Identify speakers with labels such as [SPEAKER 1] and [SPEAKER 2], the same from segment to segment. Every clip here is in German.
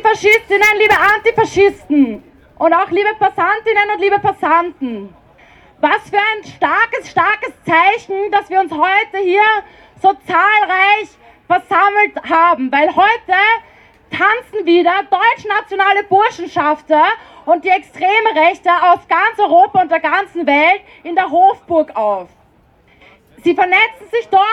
[SPEAKER 1] Antifaschistinnen, liebe Antifaschisten und auch liebe Passantinnen und liebe Passanten. Was für ein starkes Zeichen, dass wir uns heute hier so zahlreich versammelt haben, weil heute tanzen wieder deutschnationale Burschenschafter und die extreme Rechte aus ganz Europa und der ganzen Welt in der Hofburg auf. Sie vernetzen sich dort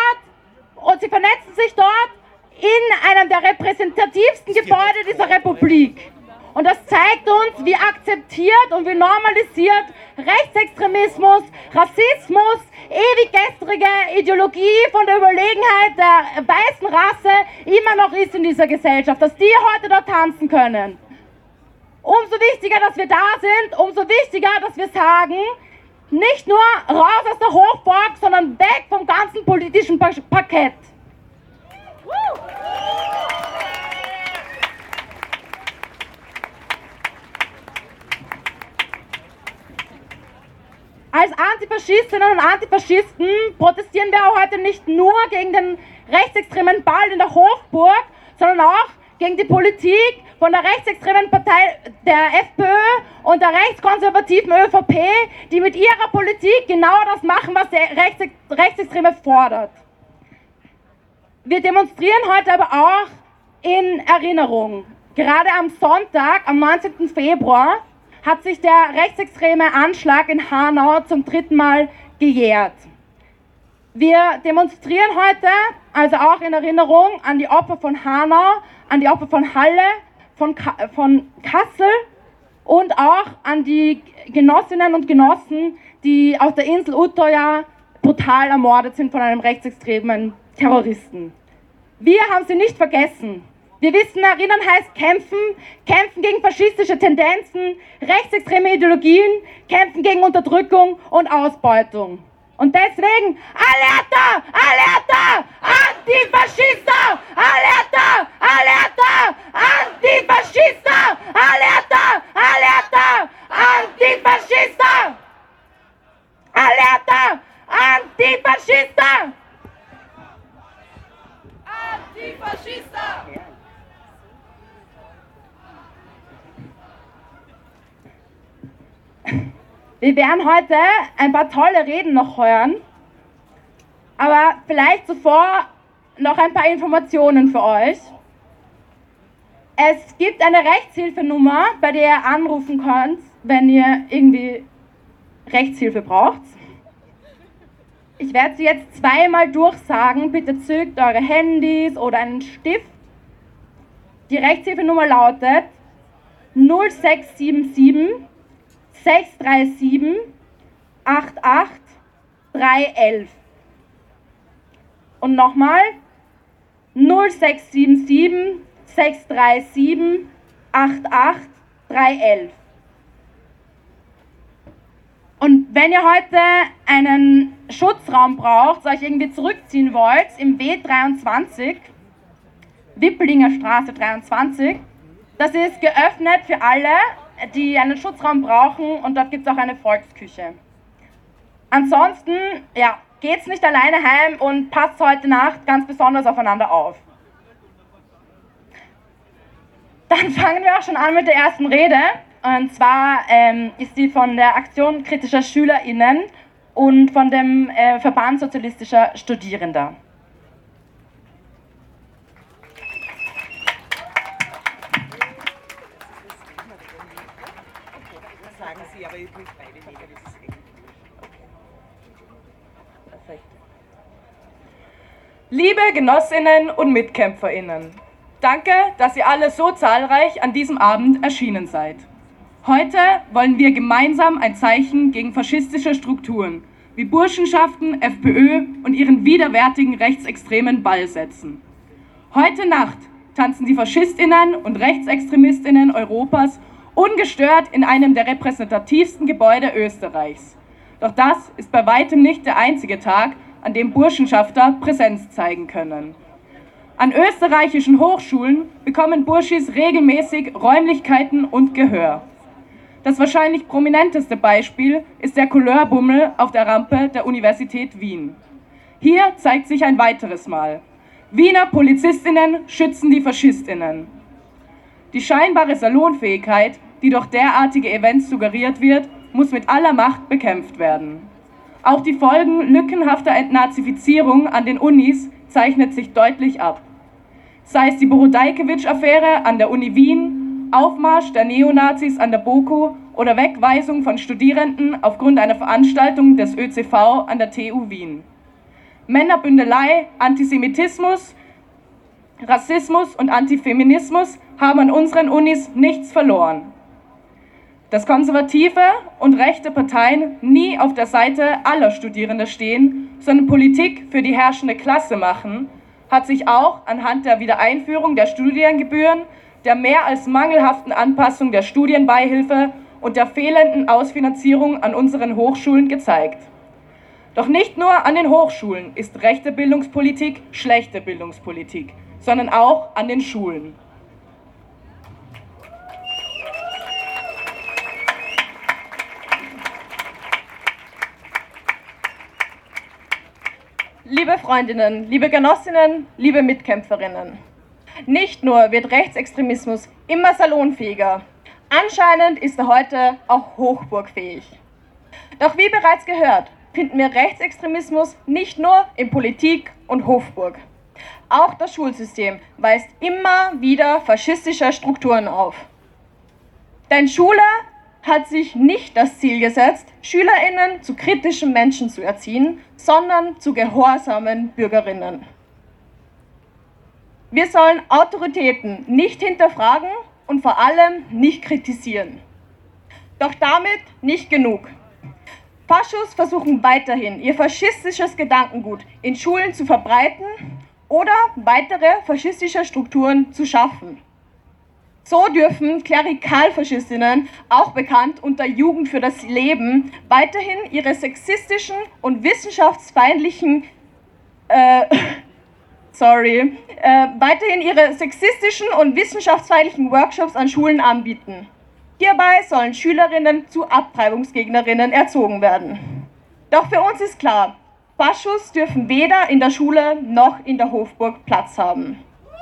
[SPEAKER 1] in einem der repräsentativsten Gebäude dieser Republik. Und das zeigt uns, wie akzeptiert und wie normalisiert Rechtsextremismus, Rassismus, ewig gestrige Ideologie von der Überlegenheit der weißen Rasse immer noch ist in dieser Gesellschaft, dass die heute dort tanzen können. Umso wichtiger, dass wir da sind, umso wichtiger, dass wir sagen, nicht nur raus aus der Hofburg, sondern weg vom ganzen politischen Parkett. Als Antifaschistinnen und Antifaschisten protestieren wir auch heute nicht nur gegen den rechtsextremen Ball in der Hofburg, sondern auch gegen die Politik von der rechtsextremen Partei der FPÖ und der rechtskonservativen ÖVP, die mit ihrer Politik genau das machen, was der Rechtsextreme fordert. Wir demonstrieren heute aber auch in Erinnerung. Gerade am Sonntag, am 19. Februar, hat sich der rechtsextreme Anschlag in Hanau zum 3. Mal gejährt. Wir demonstrieren heute also auch in Erinnerung an die Opfer von Hanau, an die Opfer von Halle, von Kassel und auch an die Genossinnen und Genossen, die auf der Insel Utøya brutal ermordet sind von einem rechtsextremen Terroristen. Wir haben sie nicht vergessen. Wir wissen, erinnern heißt kämpfen, kämpfen gegen faschistische Tendenzen, rechtsextreme Ideologien, kämpfen gegen Unterdrückung und Ausbeutung. Und deswegen, Alerta, Alerta, Antifascista, Alerta, Alerta, Antifascista, Alerta, Alerta, Antifascista, Alerta, Antifascista, Antifascista. Wir werden heute ein paar tolle Reden noch hören, aber vielleicht zuvor noch ein paar Informationen für euch. Es gibt eine Rechtshilfenummer, bei der ihr anrufen könnt, wenn ihr irgendwie Rechtshilfe braucht. Ich werde sie jetzt zweimal durchsagen, bitte zückt eure Handys oder einen Stift. Die Rechtshilfenummer lautet 0677 637 88 311. Und nochmal 0677 637 88 311. Und wenn ihr heute einen Schutzraum braucht, euch irgendwie zurückziehen wollt, im W23, Wippelinger Straße 23, das ist geöffnet für alle, die einen Schutzraum brauchen, und dort gibt es auch eine Volksküche. Ansonsten, ja, geht's nicht alleine heim und passt heute Nacht ganz besonders aufeinander auf. Dann fangen wir auch schon an mit der ersten Rede. Und zwar ist die von der Aktion kritischer SchülerInnen und von dem Verband sozialistischer Studierender.
[SPEAKER 2] Sagen Sie, aber ich nicht beide Meter, das ist echt. Perfekt. Liebe Genossinnen und MitkämpferInnen, danke, dass ihr alle so zahlreich an diesem Abend erschienen seid. Heute wollen wir gemeinsam ein Zeichen gegen faschistische Strukturen wie Burschenschaften, FPÖ und ihren widerwärtigen rechtsextremen Ball setzen. Heute Nacht tanzen die FaschistInnen und RechtsextremistInnen Europas ungestört in einem der repräsentativsten Gebäude Österreichs. Doch das ist bei weitem nicht der einzige Tag, an dem Burschenschafter Präsenz zeigen können. An österreichischen Hochschulen bekommen Burschis regelmäßig Räumlichkeiten und Gehör. Das wahrscheinlich prominenteste Beispiel ist der Couleurbummel auf der Rampe der Universität Wien. Hier zeigt sich ein weiteres Mal: Wiener PolizistInnen schützen die FaschistInnen. Die scheinbare Salonfähigkeit, die durch derartige Events suggeriert wird, muss mit aller Macht bekämpft werden. Auch die Folgen lückenhafter Entnazifizierung an den Unis zeichnet sich deutlich ab. Sei es die Borodajkewitsch-Affäre an der Uni Wien, Aufmarsch der Neonazis an der BOKU oder Wegweisung von Studierenden aufgrund einer Veranstaltung des ÖCV an der TU Wien. Männerbündelei, Antisemitismus, Rassismus und Antifeminismus haben an unseren Unis nichts verloren. Dass konservative und rechte Parteien nie auf der Seite aller Studierenden stehen, sondern Politik für die herrschende Klasse machen, hat sich auch anhand der Wiedereinführung der Studiengebühren, der mehr als mangelhaften Anpassung der Studienbeihilfe und der fehlenden Ausfinanzierung an unseren Hochschulen gezeigt. Doch nicht nur an den Hochschulen ist rechte Bildungspolitik schlechte Bildungspolitik, sondern auch an den Schulen.
[SPEAKER 3] Liebe Freundinnen, liebe Genossinnen, liebe Mitkämpferinnen. Nicht nur wird Rechtsextremismus immer salonfähiger, anscheinend ist er heute auch hochburgfähig. Doch wie bereits gehört, finden wir Rechtsextremismus nicht nur in Politik und Hofburg. Auch das Schulsystem weist immer wieder faschistische Strukturen auf. Denn Schule hat sich nicht das Ziel gesetzt, SchülerInnen zu kritischen Menschen zu erziehen, sondern zu gehorsamen BürgerInnen. Wir sollen Autoritäten nicht hinterfragen und vor allem nicht kritisieren. Doch damit nicht genug. Faschos versuchen weiterhin, ihr faschistisches Gedankengut in Schulen zu verbreiten oder weitere faschistische Strukturen zu schaffen. So dürfen Klerikalfaschistinnen, auch bekannt unter Jugend für das Leben, weiterhin ihre sexistischen und wissenschaftsfeindlichen Workshops an Schulen anbieten. Hierbei sollen Schülerinnen zu Abtreibungsgegnerinnen erzogen werden. Doch für uns ist klar, Faschos dürfen weder in der Schule noch in der Hofburg Platz haben.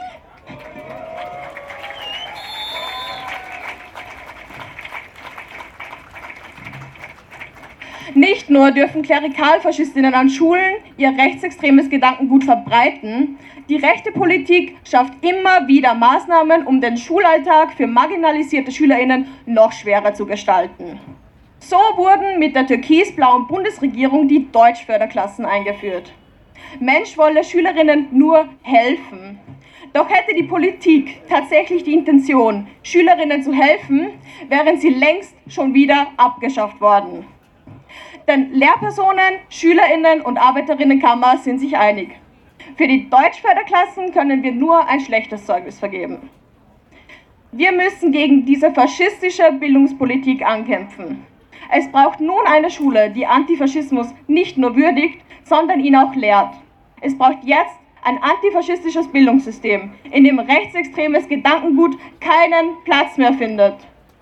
[SPEAKER 3] Nicht nur dürfen Klerikalfaschistinnen an Schulen ihr rechtsextremes Gedankengut verbreiten, die rechte Politik schafft immer wieder Maßnahmen, um den Schulalltag für marginalisierte SchülerInnen noch schwerer zu gestalten. So wurden mit der türkis-blauen Bundesregierung die Deutschförderklassen eingeführt. Mensch wolle SchülerInnen nur helfen. Doch hätte die Politik tatsächlich die Intention, SchülerInnen zu helfen, wären sie längst schon wieder abgeschafft worden. Denn Lehrpersonen, SchülerInnen und Arbeiterinnenkammer sind sich einig. Für die Deutschförderklassen können wir nur ein schlechtes Zeugnis vergeben. Wir müssen gegen diese faschistische Bildungspolitik ankämpfen. Es braucht nun eine Schule, die Antifaschismus nicht nur würdigt, sondern ihn auch lehrt. Es braucht jetzt ein antifaschistisches Bildungssystem, in dem rechtsextremes Gedankengut keinen Platz mehr findet.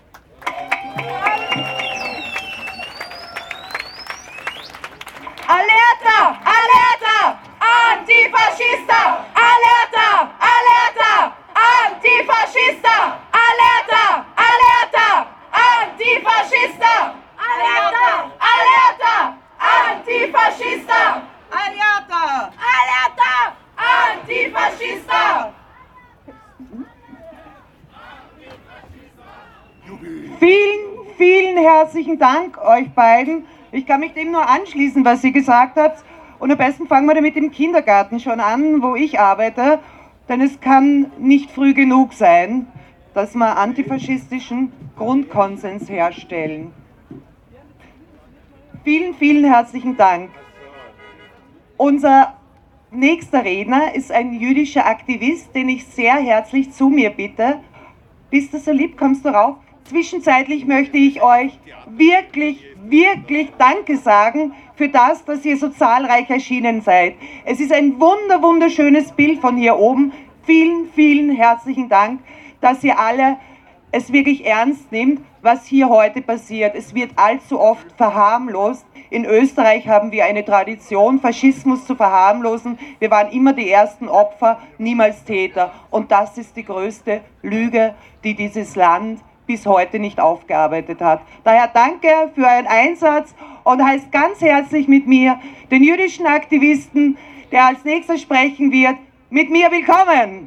[SPEAKER 1] Alerta! Alerta! Antifascista! Alerta! Alerta! Antifascista! Alerta! Alerta! Antifascista! Alerta! Alerta! Antifascista! Alerta! Alerta! Antifascista!
[SPEAKER 4] Vielen herzlichen Dank euch beiden. Ich kann mich dem nur anschließen, was ihr gesagt habt. Und am besten fangen wir damit im Kindergarten schon an, wo ich arbeite. Denn es kann nicht früh genug sein, dass wir antifaschistischen Grundkonsens herstellen. Vielen herzlichen Dank. Unser nächster Redner ist ein jüdischer Aktivist, den ich sehr herzlich zu mir bitte. Bist du so lieb, kommst du rauf? Zwischenzeitlich möchte ich euch wirklich Danke sagen für das, dass ihr so zahlreich erschienen seid. Es ist ein wunderschönes Bild von hier oben. Vielen herzlichen Dank, dass ihr alle es wirklich ernst nehmt. was hier heute passiert. Es wird allzu oft verharmlost. In Österreich haben wir eine Tradition, Faschismus zu verharmlosen. Wir waren immer die ersten Opfer, niemals Täter. Und das ist die größte Lüge, die dieses Land bis heute nicht aufgearbeitet hat. Daher danke für euren Einsatz und heißt ganz herzlich mit mir den jüdischen Aktivisten, der als nächster sprechen wird, mit mir willkommen.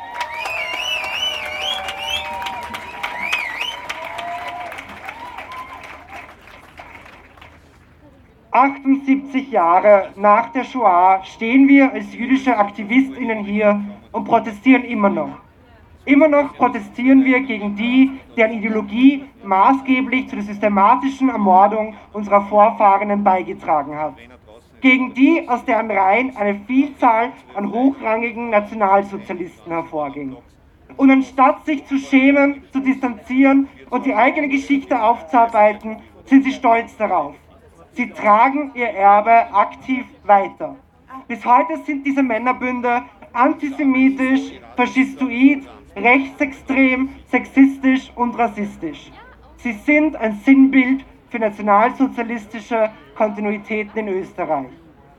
[SPEAKER 5] »78 Jahre nach der Shoah stehen wir als jüdische AktivistInnen hier und protestieren immer noch. Immer noch protestieren wir gegen die, deren Ideologie maßgeblich zu der systematischen Ermordung unserer Vorfahren beigetragen hat. Gegen die, aus deren Reihen eine Vielzahl an hochrangigen Nationalsozialisten hervorging. Und anstatt sich zu schämen, zu distanzieren und die eigene Geschichte aufzuarbeiten, sind sie stolz darauf. Sie tragen ihr Erbe aktiv weiter. Bis heute sind diese Männerbünde antisemitisch, faschistoid, rechtsextrem, sexistisch und rassistisch. Sie sind ein Sinnbild für nationalsozialistische Kontinuitäten in Österreich.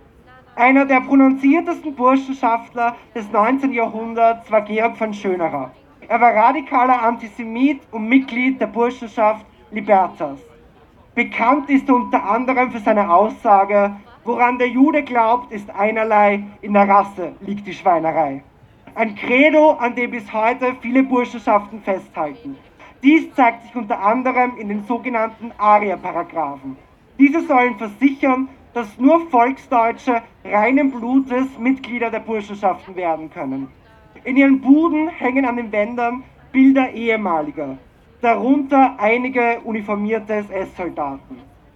[SPEAKER 5] Einer der prononciertesten Burschenschaftler des 19. Jahrhunderts war Georg von Schönerer. Er war radikaler Antisemit und Mitglied der Burschenschaft Libertas. Bekannt ist er unter anderem für seine Aussage, woran der Jude glaubt, ist einerlei, in der Rasse liegt die Schweinerei. Ein Credo, an dem bis heute viele Burschenschaften festhalten. Dies zeigt sich unter anderem in den sogenannten Aria-Paragraphen. Diese sollen versichern, dass nur Volksdeutsche reinen Blutes Mitglieder der Burschenschaften werden können. In ihren Buden hängen an den Wänden Bilder ehemaliger, darunter einige uniformierte SS-Soldaten.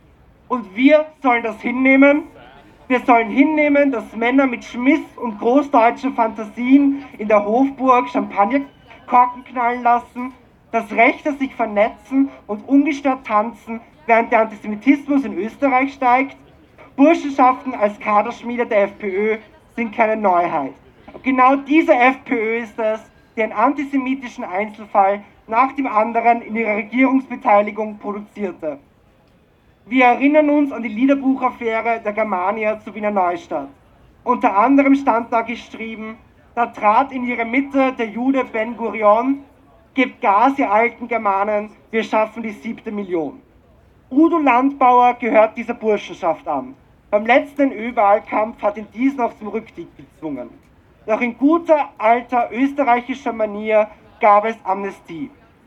[SPEAKER 5] Und wir sollen das hinnehmen. Wir sollen hinnehmen, dass Männer mit Schmiss und großdeutschen Fantasien in der Hofburg Champagnerkorken knallen lassen, dass Rechte sich vernetzen und ungestört tanzen, während der Antisemitismus in Österreich steigt. Burschenschaften als Kaderschmiede der FPÖ sind keine Neuheit. Und genau diese FPÖ ist es, die einen antisemitischen Einzelfall nach dem anderen in ihrer Regierungsbeteiligung produzierte. Wir erinnern uns an die Liederbuchaffäre der Germania zu Wiener Neustadt. Unter anderem stand da geschrieben, da trat in ihre Mitte der Jude Ben Gurion, gebt Gas, ihr alten Germanen, wir schaffen die 7. Million. Udo Landbauer gehört dieser Burschenschaft an. Beim letzten ÖVP-Wahlkampf hat ihn dies noch zum Rücktritt gezwungen. Doch in guter, alter österreichischer Manier gab es Amnestie.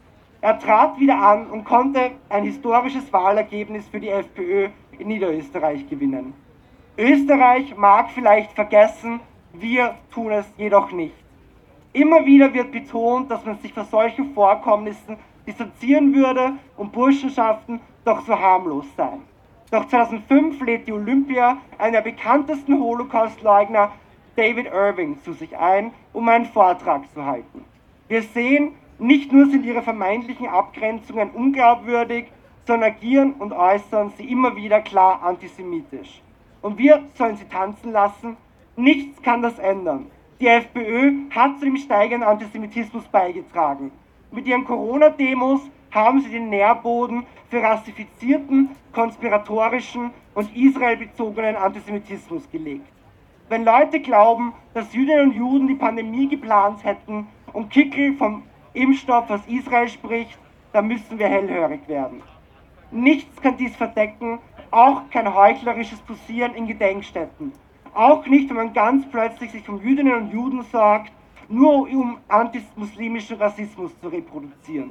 [SPEAKER 5] Er trat wieder an und konnte ein historisches Wahlergebnis für die FPÖ in Niederösterreich gewinnen. Österreich mag vielleicht vergessen, wir tun es jedoch nicht. Immer wieder wird betont, dass man sich vor solchen Vorkommnissen distanzieren würde und Burschenschaften doch so harmlos seien. Doch 2005 lädt die Olympia einen der bekanntesten Holocaust-Leugner, David Irving, zu sich ein, um einen Vortrag zu halten. Wir sehen, nicht nur sind ihre vermeintlichen Abgrenzungen unglaubwürdig, sondern agieren und äußern sie immer wieder klar antisemitisch. Und wir sollen sie tanzen lassen? Nichts kann das ändern. Die FPÖ hat zu dem steigenden Antisemitismus beigetragen. Mit ihren Corona-Demos haben sie den Nährboden für rassifizierten, konspiratorischen und israelbezogenen Antisemitismus gelegt. Wenn Leute glauben, dass Jüdinnen und Juden die Pandemie geplant hätten und Kickl vom Impfstoff aus Israel spricht, dann müssen wir hellhörig werden. Nichts kann dies verdecken, auch kein heuchlerisches Posieren in Gedenkstätten. Auch nicht, wenn man ganz plötzlich sich um Jüdinnen und Juden sorgt, nur um antimuslimischen Rassismus zu reproduzieren.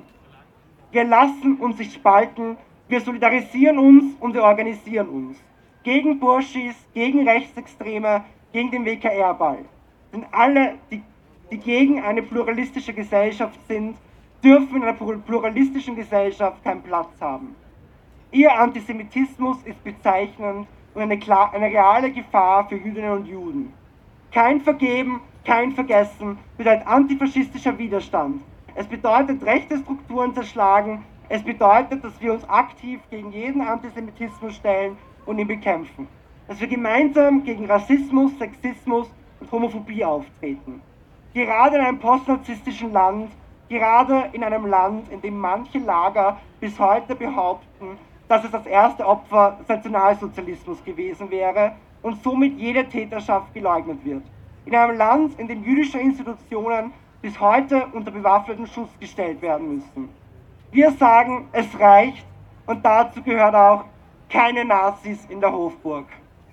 [SPEAKER 5] Wir lassen uns nicht spalten, wir solidarisieren uns und wir organisieren uns. Gegen Burschis, gegen Rechtsextreme, gegen den WKR-Ball. Denn alle, die gegen eine pluralistische Gesellschaft sind, dürfen in einer pluralistischen Gesellschaft keinen Platz haben. Ihr Antisemitismus ist bezeichnend und eine reale Gefahr für Jüdinnen und Juden. Kein Vergeben, kein Vergessen bedeutet antifaschistischer Widerstand. Es bedeutet, rechte Strukturen zerschlagen. Es bedeutet, dass wir uns aktiv gegen jeden Antisemitismus stellen und ihn bekämpfen. Dass wir gemeinsam gegen Rassismus, Sexismus und Homophobie auftreten. Gerade in einem postnarzisstischen Land Gerade in einem Land, in dem manche Lager bis heute behaupten, dass es das erste Opfer des Nationalsozialismus gewesen wäre und somit jede Täterschaft geleugnet wird. In einem Land, in dem jüdische Institutionen bis heute unter bewaffneten Schutz gestellt werden müssen. Wir sagen, es reicht, und dazu gehört auch keine Nazis in der Hofburg.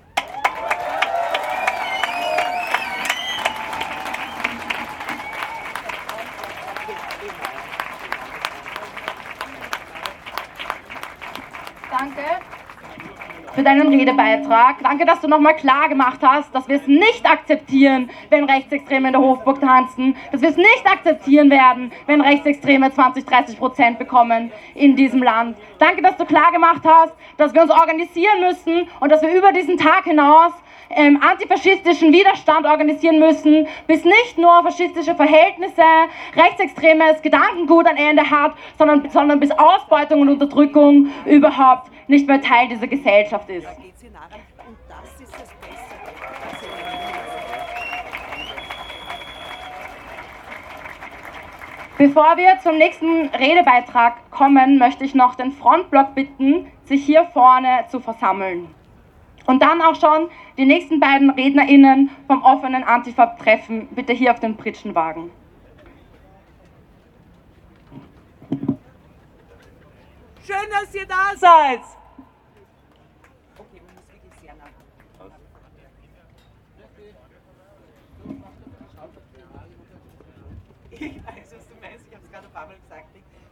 [SPEAKER 1] Danke für deinen Redebeitrag. Danke, dass du nochmal klar gemacht hast, dass wir es nicht akzeptieren, wenn Rechtsextreme in der Hofburg tanzen, dass wir es nicht akzeptieren werden, wenn Rechtsextreme 20-30% bekommen in diesem Land. Danke, dass du klar gemacht hast, dass wir uns organisieren müssen und dass wir über diesen Tag hinaus antifaschistischen Widerstand organisieren müssen, bis nicht nur faschistische Verhältnisse, rechtsextremes Gedankengut ein Ende hat, sondern bis Ausbeutung und Unterdrückung überhaupt nicht mehr Teil dieser Gesellschaft ist. Bevor wir zum nächsten Redebeitrag kommen, möchte ich noch den Frontblock bitten, sich hier vorne zu versammeln. Und dann auch schon die nächsten beiden RednerInnen vom offenen Antifa-Treffen bitte hier auf den Pritschenwagen.
[SPEAKER 6] Schön, dass ihr da seid. Okay, man muss wirklich sehr nah. Ich weiß, was du meinst. Ich habe es gerade ein paar Mal gesagt.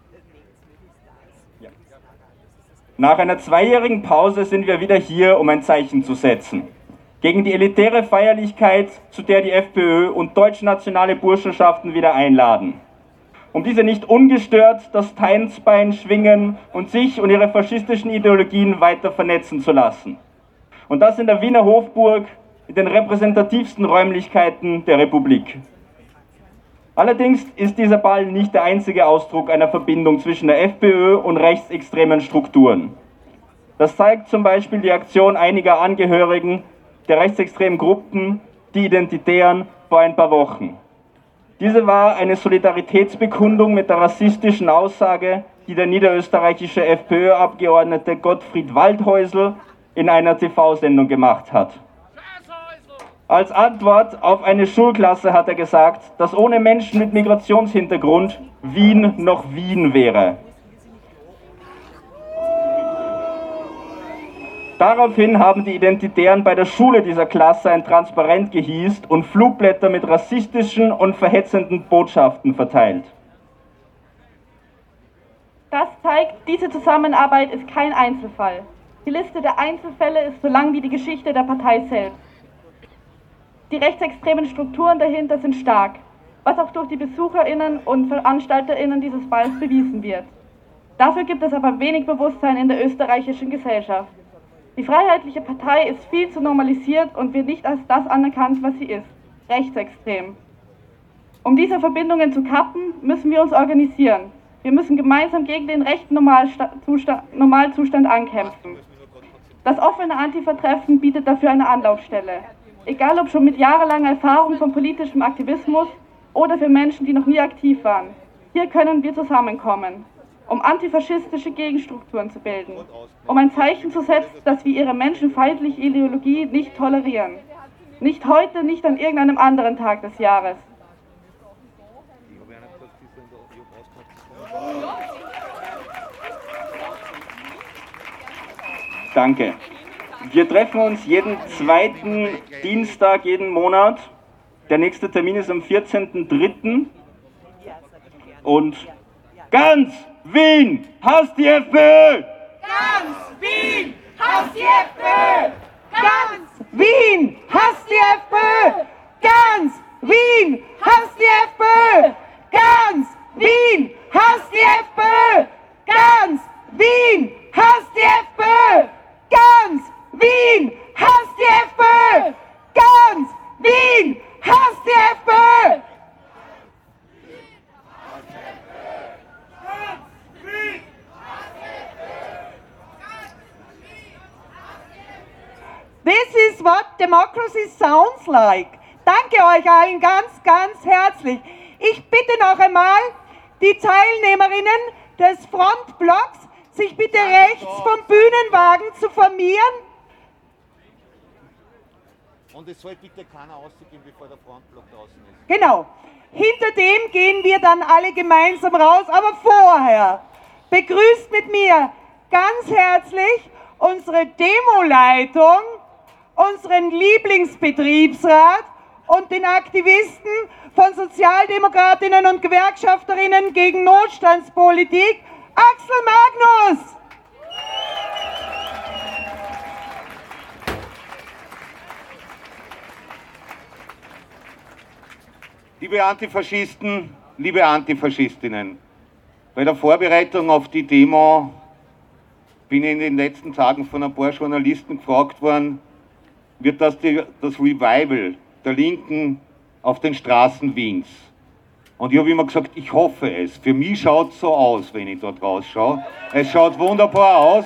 [SPEAKER 7] Nach einer 2-jährigen Pause sind wir wieder hier, um ein Zeichen zu setzen. Gegen die elitäre Feierlichkeit, zu der die FPÖ und deutschnationale Burschenschaften wieder einladen. Um diese nicht ungestört das Tanzbein schwingen und sich und ihre faschistischen Ideologien weiter vernetzen zu lassen. Und das in der Wiener Hofburg, in den repräsentativsten Räumlichkeiten der Republik. Allerdings ist dieser Ball nicht der einzige Ausdruck einer Verbindung zwischen der FPÖ und rechtsextremen Strukturen. Das zeigt zum Beispiel die Aktion einiger Angehörigen der rechtsextremen Gruppen, die Identitären, vor ein paar Wochen. Diese war eine Solidaritätsbekundung mit der rassistischen Aussage, die der niederösterreichische FPÖ-Abgeordnete Gottfried Waldhäusl in einer TV-Sendung gemacht hat. Als Antwort auf eine Schulklasse hat er gesagt, dass ohne Menschen mit Migrationshintergrund Wien noch Wien wäre. Daraufhin haben die Identitären bei der Schule dieser Klasse ein Transparent gehisst und Flugblätter mit rassistischen und verhetzenden Botschaften verteilt.
[SPEAKER 3] Das zeigt, diese Zusammenarbeit ist kein Einzelfall. Die Liste der Einzelfälle ist so lang wie die Geschichte der Partei selbst. Die rechtsextremen Strukturen dahinter sind stark, was auch durch die BesucherInnen und VeranstalterInnen dieses Balls bewiesen wird. Dafür gibt es aber wenig Bewusstsein in der österreichischen Gesellschaft. Die Freiheitliche Partei ist viel zu normalisiert und wird nicht als das anerkannt, was sie ist, rechtsextrem. Um diese Verbindungen zu kappen, müssen wir uns organisieren. Wir müssen gemeinsam gegen den rechten Normalzustand ankämpfen. Das offene Antifa-Treffen bietet dafür eine Anlaufstelle. Egal ob schon mit jahrelanger Erfahrung von politischem Aktivismus oder für Menschen, die noch nie aktiv waren. Hier können wir zusammenkommen, um antifaschistische Gegenstrukturen zu bilden, um ein Zeichen zu setzen, dass wir ihre menschenfeindliche Ideologie nicht tolerieren. Nicht heute, nicht an irgendeinem anderen Tag des Jahres.
[SPEAKER 7] Danke. Wir treffen uns jeden zweiten Dienstag jeden Monat. Der nächste Termin ist am 14.03. Und ganz Wien hasst die FPÖ!
[SPEAKER 6] Ganz Wien hasst die FPÖ! Ganz
[SPEAKER 4] Wien hasst die FPÖ! Ganz Wien hasst die FPÖ! Ganz Wien hasst die FPÖ! Ganz Wien hasst die FPÖ! Ganz Wien hasst die FPÖ! Ganz Wien hasst die FPÖ! This is what democracy sounds like. Danke euch allen ganz, ganz herzlich. Ich bitte noch einmal, die Teilnehmerinnen des Frontblocks sich bitte rechts vom Bühnenwagen zu formieren.
[SPEAKER 8] Und es soll bitte keiner rausgehen, bevor der Frontblock draußen ist.
[SPEAKER 4] Genau. Hinter dem gehen wir dann alle gemeinsam raus, aber vorher begrüßt mit mir ganz herzlich unsere Demoleitung, unseren Lieblingsbetriebsrat und den Aktivisten von Sozialdemokratinnen und Gewerkschafterinnen gegen Notstandspolitik, Axel Magnus.
[SPEAKER 8] Liebe Antifaschisten, liebe Antifaschistinnen, bei der Vorbereitung auf die Demo bin ich in den letzten Tagen von ein paar Journalisten gefragt worden, wird das Revival der Linken auf den Straßen Wiens? Und ich habe immer gesagt, ich hoffe es. Für mich schaut es so aus, wenn ich dort rausschaue. Es schaut wunderbar aus.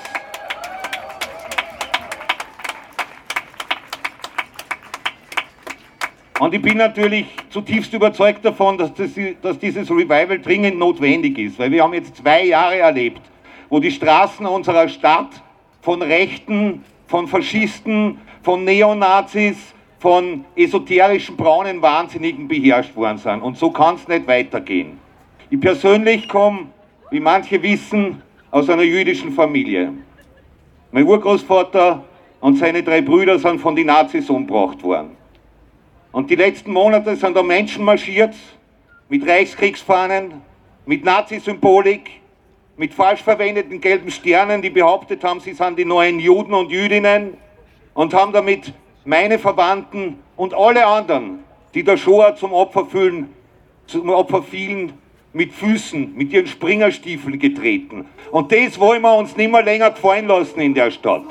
[SPEAKER 8] Und ich bin natürlich zutiefst überzeugt davon, dass dieses Revival dringend notwendig ist, weil wir haben jetzt 2 Jahre erlebt, wo die Straßen unserer Stadt von Rechten, von Faschisten, von Neonazis, von esoterischen braunen Wahnsinnigen beherrscht worden sind. Und so kann es nicht weitergehen. Ich persönlich komme, wie manche wissen, aus einer jüdischen Familie. Mein Urgroßvater und seine 3 Brüder sind von den Nazis umgebracht worden. Und die letzten Monate sind da Menschen marschiert, mit Reichskriegsfahnen, mit Nazisymbolik, mit falsch verwendeten gelben Sternen, die behauptet haben, sie sind die neuen Juden und Jüdinnen und haben damit meine Verwandten und alle anderen, die der Shoah zum Opfer fielen, mit Füßen, mit ihren Springerstiefeln getreten. Und das wollen wir uns nicht mehr länger gefallen lassen in der Stadt.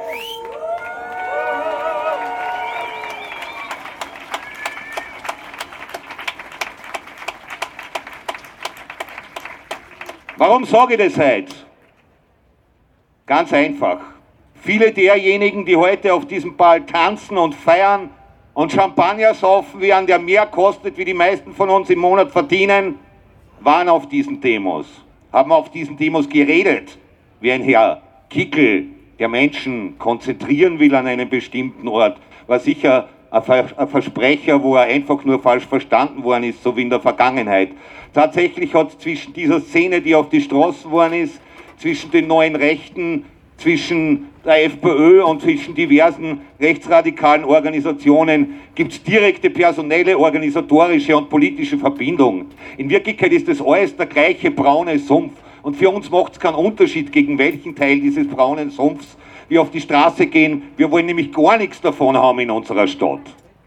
[SPEAKER 8] Warum sage ich das heute? Ganz einfach. Viele derjenigen, die heute auf diesem Ball tanzen und feiern und Champagner saufen, während der mehr kostet, wie die meisten von uns im Monat verdienen, waren auf diesen Demos, haben auf diesen Demos geredet, wie ein Herr Kickl, der Menschen konzentrieren will an einem bestimmten Ort, war sicher ein Versprecher, wo er einfach nur falsch verstanden worden ist, so wie in der Vergangenheit. Tatsächlich hat es zwischen dieser Szene, die auf die Straßen worden ist, zwischen den neuen Rechten, zwischen der FPÖ und zwischen diversen rechtsradikalen Organisationen gibt es direkte personelle, organisatorische und politische Verbindungen. In Wirklichkeit ist das alles der gleiche braune Sumpf. Und für uns macht es keinen Unterschied, gegen welchen Teil dieses braunen Sumpfs wir auf die Straße gehen. Wir wollen nämlich gar nichts davon haben in unserer Stadt.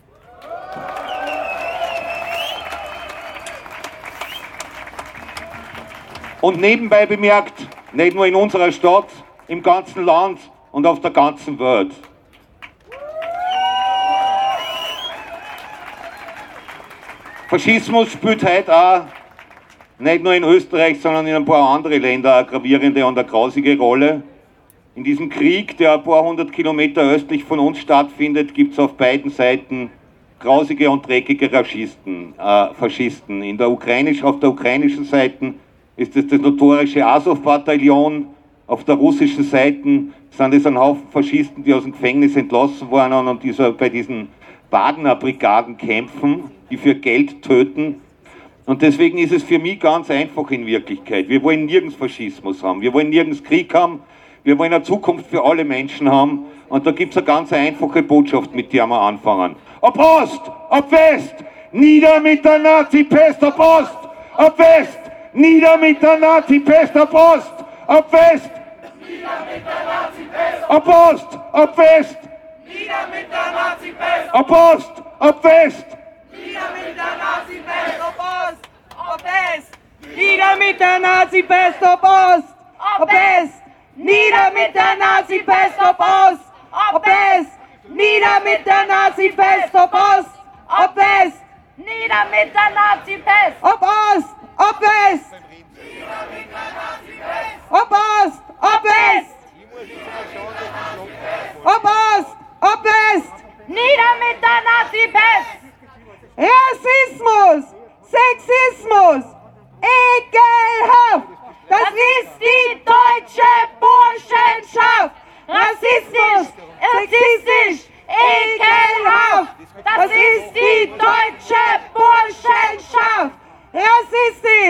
[SPEAKER 8] Und nebenbei bemerkt, nicht nur in unserer Stadt, im ganzen Land und auf der ganzen Welt. Faschismus spielt heute auch nicht nur in Österreich, sondern in ein paar andere Länder eine gravierende und eine grausige Rolle. In diesem Krieg, der ein paar 100 Kilometer östlich von uns stattfindet, gibt es auf beiden Seiten grausige und dreckige Faschisten. Auf der ukrainischen Seite ist es das notorische Azov-Bataillon. Auf der russischen Seite sind es ein Haufen Faschisten, die aus dem Gefängnis entlassen wurden und die so bei diesen Wagner-Brigaden kämpfen, die für Geld töten. Und deswegen ist es für mich ganz einfach in Wirklichkeit. Wir wollen nirgends Faschismus haben, wir wollen nirgends Krieg haben, wir wollen eine Zukunft für alle Menschen haben. Und da gibt es eine ganz einfache Botschaft, mit der wir anfangen. Ob Ost, ob West, nieder mit der Nazi-Pest, ob Ost, ob West, nieder mit der Nazi-Pest, ob Ost, ob West, nieder mit der Nazi-Pest, ob Ost, ob West, nieder mit der Nazi-Pest, ob Ost, ob West, nieder mit der Nazi-Pest, ob Ost, ob West, nieder mit der Nazi-Pest, ob Ost, ob West, nieder mit der Nazi-Pest, ob Ost, ob West, nieder mit der Nazi-Pest, ob Ost, ob West, nieder mit der Nazi-Pest, ob Ost, ob West, nieder mit der Nazi-Pest, ob Ost, ob West, ob Ost, ob West, nieder mit der Nazi-Pest. Rassismus, Sexismus, Egal!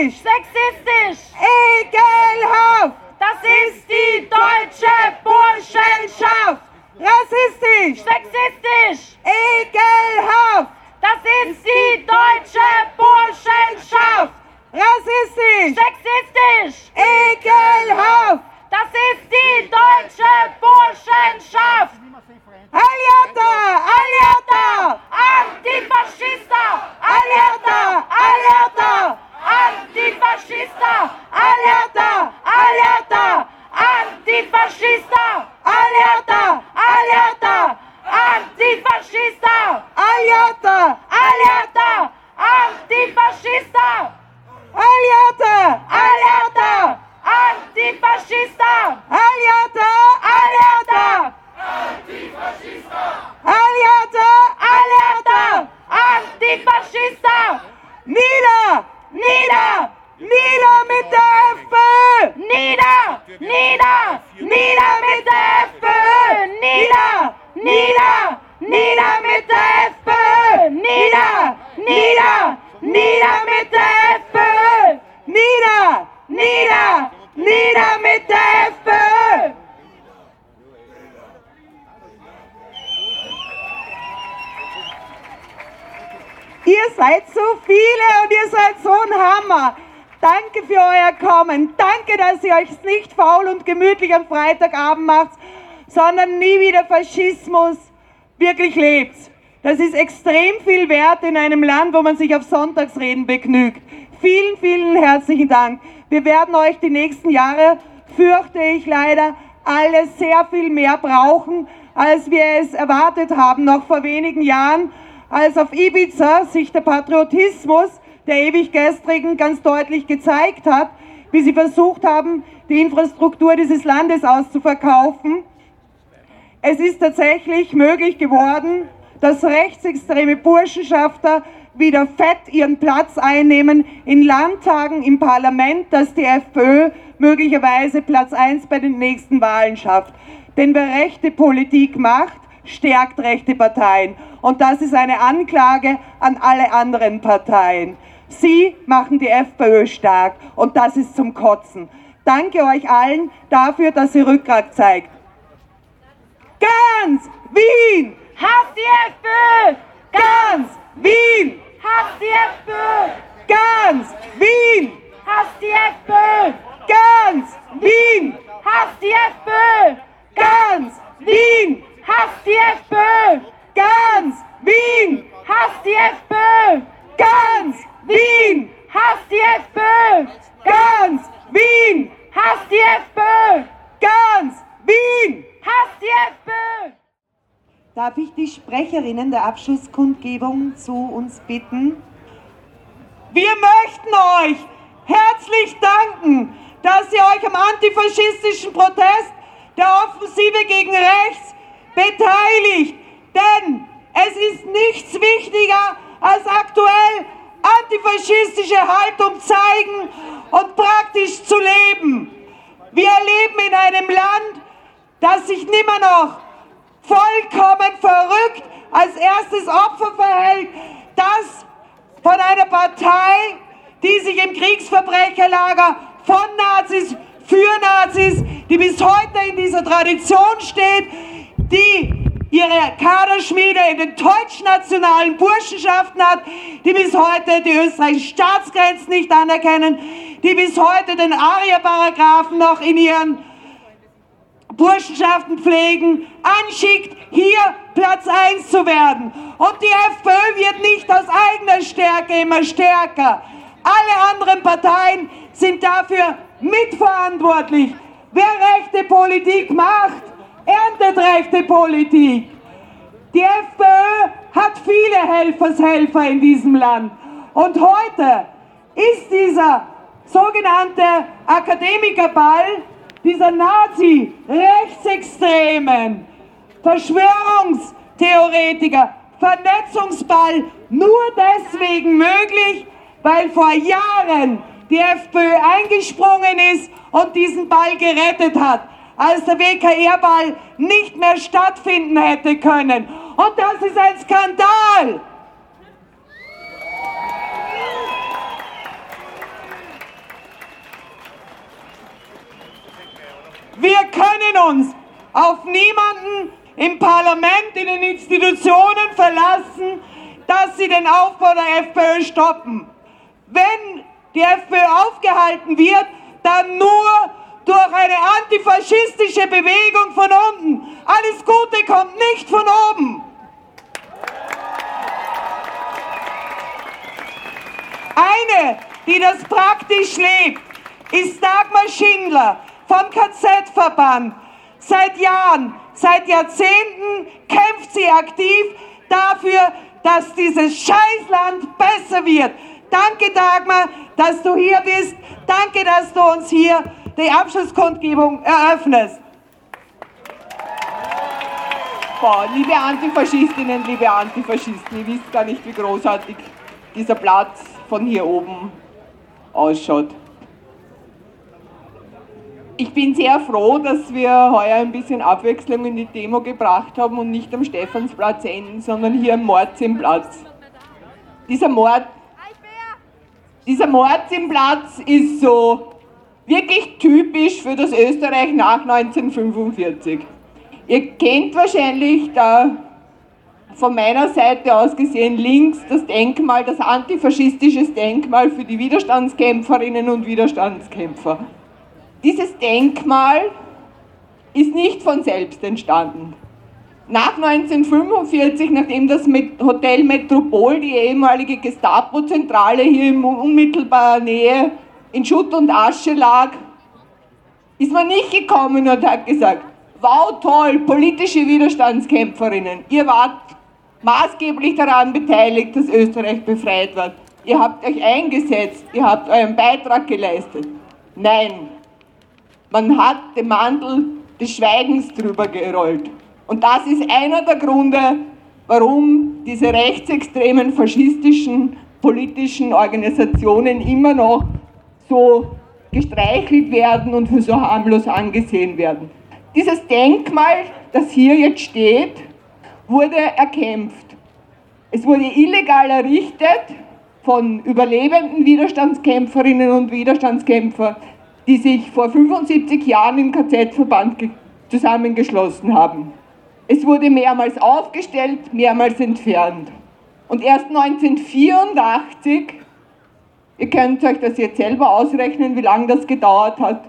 [SPEAKER 4] Sexistisch!
[SPEAKER 1] Sexistisch!
[SPEAKER 4] Ekelhaft!
[SPEAKER 1] Das ist die deutsche Burschenschaft!
[SPEAKER 4] Rassistisch!
[SPEAKER 1] Sexistisch!
[SPEAKER 4] Ekelhaft!
[SPEAKER 1] Das ist die deutsche Burschenschaft!
[SPEAKER 4] Rassistisch!
[SPEAKER 1] Sexistisch!
[SPEAKER 4] Ekelhaft!
[SPEAKER 1] Das ist die deutsche Burschenschaft!
[SPEAKER 4] Aliata! Aliata!
[SPEAKER 1] Antifaschista!
[SPEAKER 4] Aliata! Aliata!
[SPEAKER 1] Antifaschista!
[SPEAKER 4] Aliata!
[SPEAKER 1] Aliata! Antifaschista!
[SPEAKER 4] Aliata!
[SPEAKER 1] Aliata! Antifaschista!
[SPEAKER 4] Aliata!
[SPEAKER 1] Aliata! Antifaschista!
[SPEAKER 4] Aliata!
[SPEAKER 1] Aliata! Antifaschista!
[SPEAKER 4] Aliata!
[SPEAKER 1] Aliata!
[SPEAKER 4] Aliata!
[SPEAKER 1] Aliata! Antifaschista!
[SPEAKER 4] Nieder!
[SPEAKER 1] Nieder!
[SPEAKER 4] Nieder mit der FPÖ!
[SPEAKER 1] Nieder! Nieder! Nieder mit der FPÖ! Nieder! Nieder! Nieder mit der FPÖ! Nieder! Nieder! Nieder mit der FPÖ!
[SPEAKER 4] Nieder!
[SPEAKER 1] Nieder! Nieder mit der FPÖ!
[SPEAKER 4] Ihr seid so viele und ihr seid so ein Hammer. Danke für euer Kommen. Danke, dass ihr euch nicht faul und gemütlich am Freitagabend macht, sondern nie wieder Faschismus wirklich lebt. Das ist extrem viel wert in einem Land, wo man sich auf Sonntagsreden begnügt. Vielen, vielen herzlichen Dank. Wir werden euch die nächsten Jahre, fürchte ich leider, alle sehr viel mehr brauchen, als wir es erwartet haben, noch vor wenigen Jahren, als auf Ibiza sich der Patriotismus der Ewiggestrigen ganz deutlich gezeigt hat, wie sie versucht haben, die Infrastruktur dieses Landes auszuverkaufen. Es ist tatsächlich möglich geworden, dass rechtsextreme Burschenschafter wieder fett ihren Platz einnehmen in Landtagen, im Parlament, dass die FPÖ möglicherweise Platz 1 bei den nächsten Wahlen schafft. Denn wer rechte Politik macht, stärkt rechte Parteien. Und das ist eine Anklage an alle anderen Parteien. Sie machen die FPÖ stark und das ist zum Kotzen. Danke euch allen dafür, dass ihr Rückgrat zeigt. Ganz Wien!
[SPEAKER 1] Hasst die FPÖ!
[SPEAKER 4] Ganz Wien!
[SPEAKER 1] Hasst die FPÖ!
[SPEAKER 4] Ganz Wien!
[SPEAKER 1] Hasst die FPÖ!
[SPEAKER 4] Ganz Wien!
[SPEAKER 1] Hasst die FPÖ!
[SPEAKER 4] Ganz Wien!
[SPEAKER 1] Hasst die FPÖ!
[SPEAKER 4] Ganz Wien!
[SPEAKER 1] Hasst die FPÖ!
[SPEAKER 4] Ganz Wien!
[SPEAKER 1] Hasst die FPÖ!
[SPEAKER 4] Ganz Wien!
[SPEAKER 1] Hasst die FPÖ!
[SPEAKER 4] Ganz Wien!
[SPEAKER 1] Hasst die FPÖ!
[SPEAKER 4] Darf ich die Sprecherinnen der Abschlusskundgebung zu uns bitten? Wir möchten euch herzlich danken, dass ihr euch am antifaschistischen Protest der Offensive gegen rechts beteiligt. Denn es ist nichts wichtiger, als aktuell antifaschistische Haltung zeigen und praktisch zu leben. Wir leben in einem Land, das sich nimmer noch vollkommen verrückt als erstes Opfer verhält, das von einer Partei, die sich im Kriegsverbrecherlager von Nazis für Nazis, die bis heute in dieser Tradition steht, die ihre Kaderschmiede in den deutsch-nationalen Burschenschaften hat, die bis heute die österreichischen Staatsgrenzen nicht anerkennen, die bis heute den Aria-Paragraphen noch in ihren Burschenschaften pflegen, anschickt, hier Platz 1 zu werden. Und die FPÖ wird nicht aus eigener Stärke immer stärker. Alle anderen Parteien sind dafür mitverantwortlich. Wer rechte Politik macht, erntet rechte Politik. Die FPÖ hat viele Helfershelfer in diesem Land. Und heute ist dieser sogenannte Akademikerball, dieser Nazi-Rechtsextremen, Verschwörungstheoretiker, Vernetzungsball nur deswegen möglich, weil vor Jahren die FPÖ eingesprungen ist und diesen Ball gerettet hat, als der WKR-Ball nicht mehr stattfinden hätte können. Und das ist ein Skandal.
[SPEAKER 6] uns auf niemanden im Parlament, in den Institutionen verlassen, dass sie den Aufbau der FPÖ stoppen. Wenn die FPÖ aufgehalten wird, dann nur durch eine antifaschistische Bewegung von unten. Alles Gute kommt nicht von oben. Eine, die das praktisch lebt, ist Dagmar Schindler vom KZ-Verband. Seit Jahren, seit Jahrzehnten kämpft sie aktiv dafür, dass dieses Scheißland besser wird. Danke, Dagmar, dass du hier bist. Danke, dass du uns hier die Abschlusskundgebung eröffnest.
[SPEAKER 3] Boah, liebe Antifaschistinnen, liebe Antifaschisten, ihr wisst gar nicht, wie großartig dieser Platz von hier oben ausschaut. Ich bin sehr froh, dass wir heuer ein bisschen Abwechslung in die Demo gebracht haben und nicht am Stephansplatz enden, sondern hier am Mordsimplatz. Dieser Mordsimplatz ist so wirklich typisch für das Österreich nach 1945. Ihr kennt wahrscheinlich da von meiner Seite aus gesehen links das Denkmal, das antifaschistische Denkmal für die Widerstandskämpferinnen und Widerstandskämpfer. Dieses Denkmal ist nicht von selbst entstanden. Nach 1945, nachdem das Hotel Metropol, die ehemalige Gestapo-Zentrale hier in unmittelbarer Nähe in Schutt und Asche lag, ist man nicht gekommen und hat gesagt, wow, toll, politische Widerstandskämpferinnen, ihr wart maßgeblich daran beteiligt, dass Österreich befreit wird. Ihr habt euch eingesetzt, ihr habt euren Beitrag geleistet. Nein, man hat den Mantel des Schweigens drüber gerollt. Und das ist einer der Gründe, warum diese rechtsextremen, faschistischen, politischen Organisationen immer noch so gestreichelt werden und für so harmlos angesehen werden. Dieses Denkmal, das hier jetzt steht, wurde erkämpft. Es wurde illegal errichtet von überlebenden Widerstandskämpferinnen und Widerstandskämpfern, die sich vor 75 Jahren im KZ-Verband zusammengeschlossen haben. Es wurde mehrmals aufgestellt, mehrmals entfernt. Und erst 1984, ihr könnt euch das jetzt selber ausrechnen, wie lange das gedauert hat,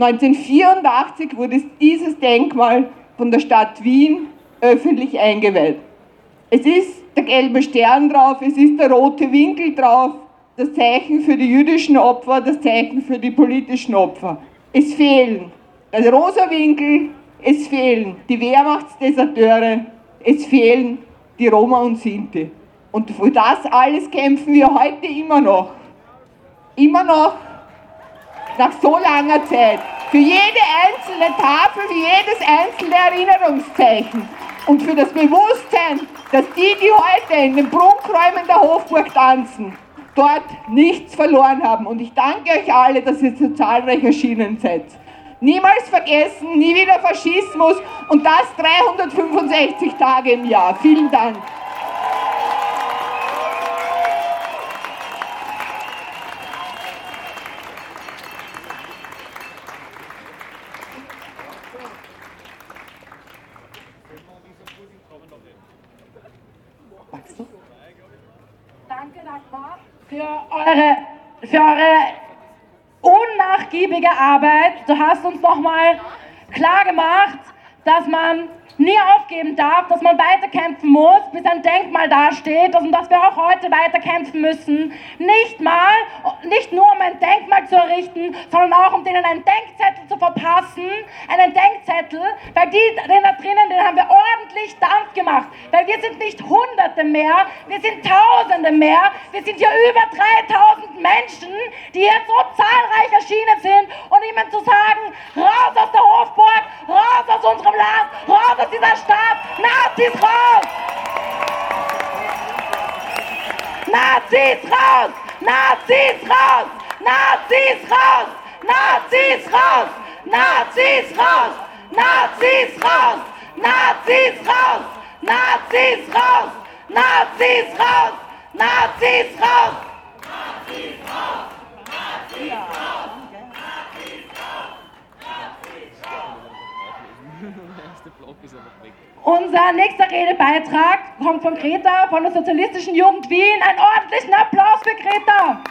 [SPEAKER 3] 1984 wurde dieses Denkmal von der Stadt Wien öffentlich eingeweiht. Es ist der gelbe Stern drauf, es ist der rote Winkel drauf, das Zeichen für die jüdischen Opfer, das Zeichen für die politischen Opfer. Es fehlen der rosa Winkel, es fehlen die Wehrmachtsdeserteure, es fehlen die Roma und Sinti. Und für das alles kämpfen wir heute immer noch. Immer noch, nach so langer Zeit. Für jede einzelne Tafel, für jedes einzelne Erinnerungszeichen. Und für das Bewusstsein, dass die heute in den Prunkräumen der Hofburg tanzen, dort nichts verloren haben. Und ich danke euch alle, dass ihr so zahlreich erschienen seid. Niemals vergessen, nie wieder Faschismus und das 365 Tage im Jahr. Vielen Dank.
[SPEAKER 1] Danke, Dagmar, für eure unnachgiebige Arbeit. Du hast uns nochmal klar gemacht, dass man nie aufgeben darf, dass man weiterkämpfen muss, bis ein Denkmal dasteht und dass wir auch heute weiterkämpfen müssen. Nicht nur um ein Denkmal zu errichten, sondern auch um denen einen Denkzettel zu verpassen. Einen Denkzettel, weil den da drinnen, den haben wir ordentlich Dampf gemacht. Weil wir sind nicht Hunderte mehr, wir sind Tausende mehr. Wir sind hier über 3000 Menschen, die hier so zahlreich erschienen sind. Und ihnen zu sagen, raus aus der Hofburg, raus aus unserem Land, raus aus dieser Stadt, Nazis raus! Nazis raus! Nazis raus! Nazis raus! Nazis raus! Nazis raus! Nazis raus! Nazis raus! Nazis raus! Nazis raus! Nazis raus! Nazis raus! Nazis raus! Unser nächster Redebeitrag kommt von Greta von der Sozialistischen Jugend Wien. Einen ordentlichen Applaus für Greta!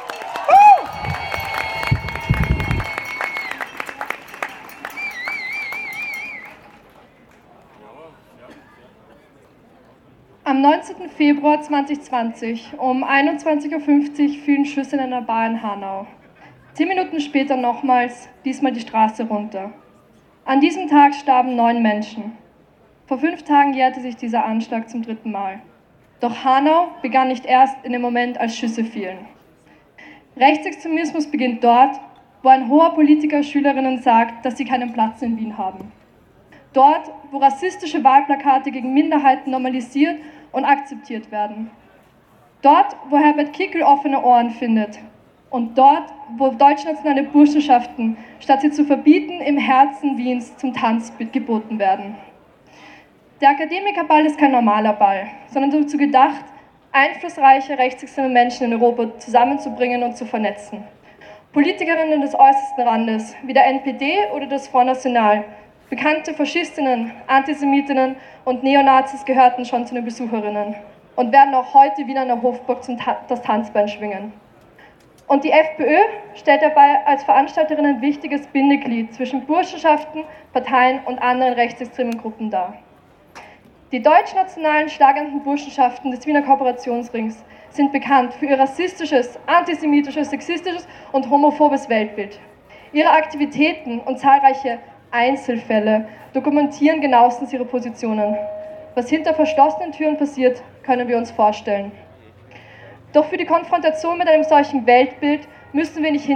[SPEAKER 9] Am 19. Februar 2020 um 21.50 Uhr fielen Schüsse in einer Bar in Hanau. 10 Minuten später nochmals, diesmal die Straße runter. An diesem Tag starben 9 Menschen. Vor 5 Tagen jährte sich dieser Anschlag zum 3. Mal. Doch Hanau begann nicht erst in dem Moment, als Schüsse fielen. Rechtsextremismus beginnt dort, wo ein hoher Politiker Schülerinnen sagt, dass sie keinen Platz in Wien haben. Dort, wo rassistische Wahlplakate gegen Minderheiten normalisiert und akzeptiert werden. Dort, wo Herbert Kickl offene Ohren findet. Und dort, wo deutschnationale Burschenschaften, statt sie zu verbieten, im Herzen Wiens zum Tanz geboten werden. Der Akademikerball ist kein normaler Ball, sondern dazu gedacht, einflussreiche rechtsextreme Menschen in Europa zusammenzubringen und zu vernetzen. Politikerinnen des äußersten Randes, wie der NPD oder des Front National, bekannte Faschistinnen, Antisemitinnen und Neonazis gehörten schon zu den Besucherinnen und werden auch heute wieder in der Hofburg das Tanzbein schwingen. Und die FPÖ stellt dabei als Veranstalterin ein wichtiges Bindeglied zwischen Burschenschaften, Parteien und anderen rechtsextremen Gruppen dar. Die deutschnationalen schlagenden Burschenschaften des Wiener Kooperationsrings sind bekannt für ihr rassistisches, antisemitisches, sexistisches und homophobes Weltbild. Ihre Aktivitäten und zahlreiche Einzelfälle dokumentieren genauestens ihre Positionen. Was hinter verschlossenen Türen passiert, können wir uns vorstellen. Doch für die Konfrontation mit einem solchen Weltbild müssen wir nicht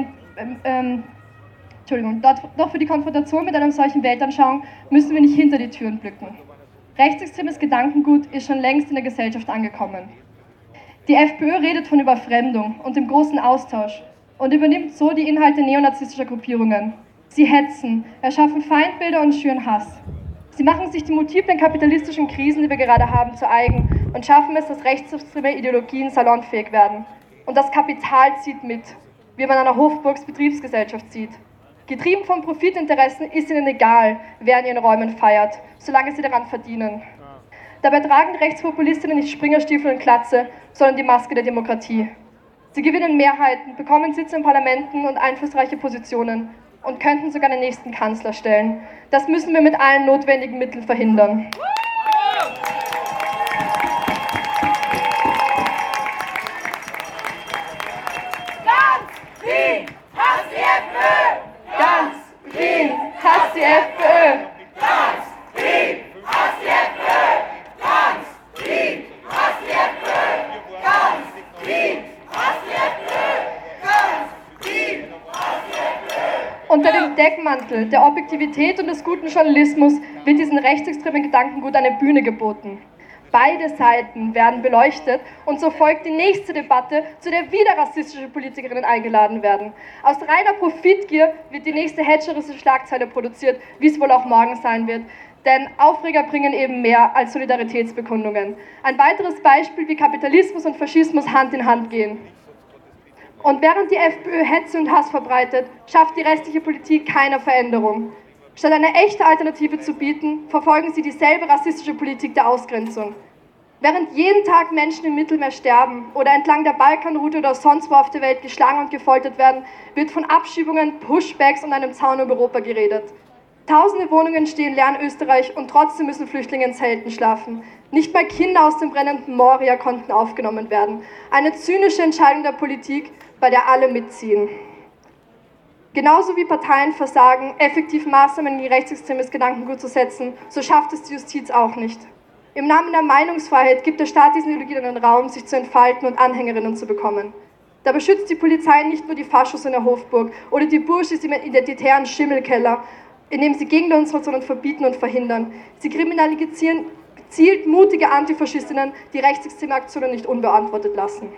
[SPEAKER 9] hinter die Türen blicken. Rechtsextremes Gedankengut ist schon längst in der Gesellschaft angekommen. Die FPÖ redet von Überfremdung und dem großen Austausch und übernimmt so die Inhalte neonazistischer Gruppierungen. Sie hetzen, erschaffen Feindbilder und schüren Hass. Sie machen sich die multiplen kapitalistischen Krisen, die wir gerade haben, zu eigen und schaffen es, dass rechtsextreme Ideologien salonfähig werden. Und das Kapital zieht mit, wie man an einer Hofburgs Betriebsgesellschaft sieht. Getrieben von Profitinteressen ist ihnen egal, wer in ihren Räumen feiert, solange sie daran verdienen. Dabei tragen die Rechtspopulistinnen nicht Springerstiefel und Glatze, sondern die Maske der Demokratie. Sie gewinnen Mehrheiten, bekommen Sitze in Parlamenten und einflussreiche Positionen und könnten sogar den nächsten Kanzler stellen. Das müssen wir mit allen notwendigen Mitteln verhindern.
[SPEAKER 1] Ganz Wien hasst die FPÖ!
[SPEAKER 9] Ganz Wien hasst die FPÖ!
[SPEAKER 1] Ganz Wien hasst die FPÖ! Ganz Wien hasst die FPÖ! Ganz Wien hasst die FPÖ! Ganz Wien hasst die FPÖ!
[SPEAKER 9] Unter dem Deckmantel der Objektivität und des guten Journalismus wird diesen rechtsextremen Gedankengut eine Bühne geboten. Beide Seiten werden beleuchtet und so folgt die nächste Debatte, zu der wieder rassistische Politikerinnen eingeladen werden. Aus reiner Profitgier wird die nächste hetzerische Schlagzeile produziert, wie es wohl auch morgen sein wird. Denn Aufreger bringen eben mehr als Solidaritätsbekundungen. Ein weiteres Beispiel, wie Kapitalismus und Faschismus Hand in Hand gehen. Und während die FPÖ Hetze und Hass verbreitet, schafft die restliche Politik keine Veränderung. Statt eine echte Alternative zu bieten, verfolgen sie dieselbe rassistische Politik der Ausgrenzung. Während jeden Tag Menschen im Mittelmeer sterben oder entlang der Balkanroute oder sonst wo auf der Welt geschlagen und gefoltert werden, wird von Abschiebungen, Pushbacks und einem Zaun über Europa geredet. Tausende Wohnungen stehen leer in Österreich und trotzdem müssen Flüchtlinge in Zelten schlafen. Nicht mal Kinder aus dem brennenden Moria konnten aufgenommen werden. Eine zynische Entscheidung der Politik, bei der alle mitziehen. Genauso wie Parteien versagen, effektiv Maßnahmen gegen rechtsextremes Gedankengut zu setzen, so schafft es die Justiz auch nicht. Im Namen der Meinungsfreiheit gibt der Staat diesen Ideologien einen Raum, sich zu entfalten und Anhängerinnen zu bekommen. Da beschützt die Polizei nicht nur die Faschos in der Hofburg oder die Burschis im identitären Schimmelkeller, indem sie Gegendemonstrationen verbieten und verhindern. Sie kriminalisieren gezielt mutige Antifaschistinnen, die rechtsextreme Aktionen nicht unbeantwortet lassen.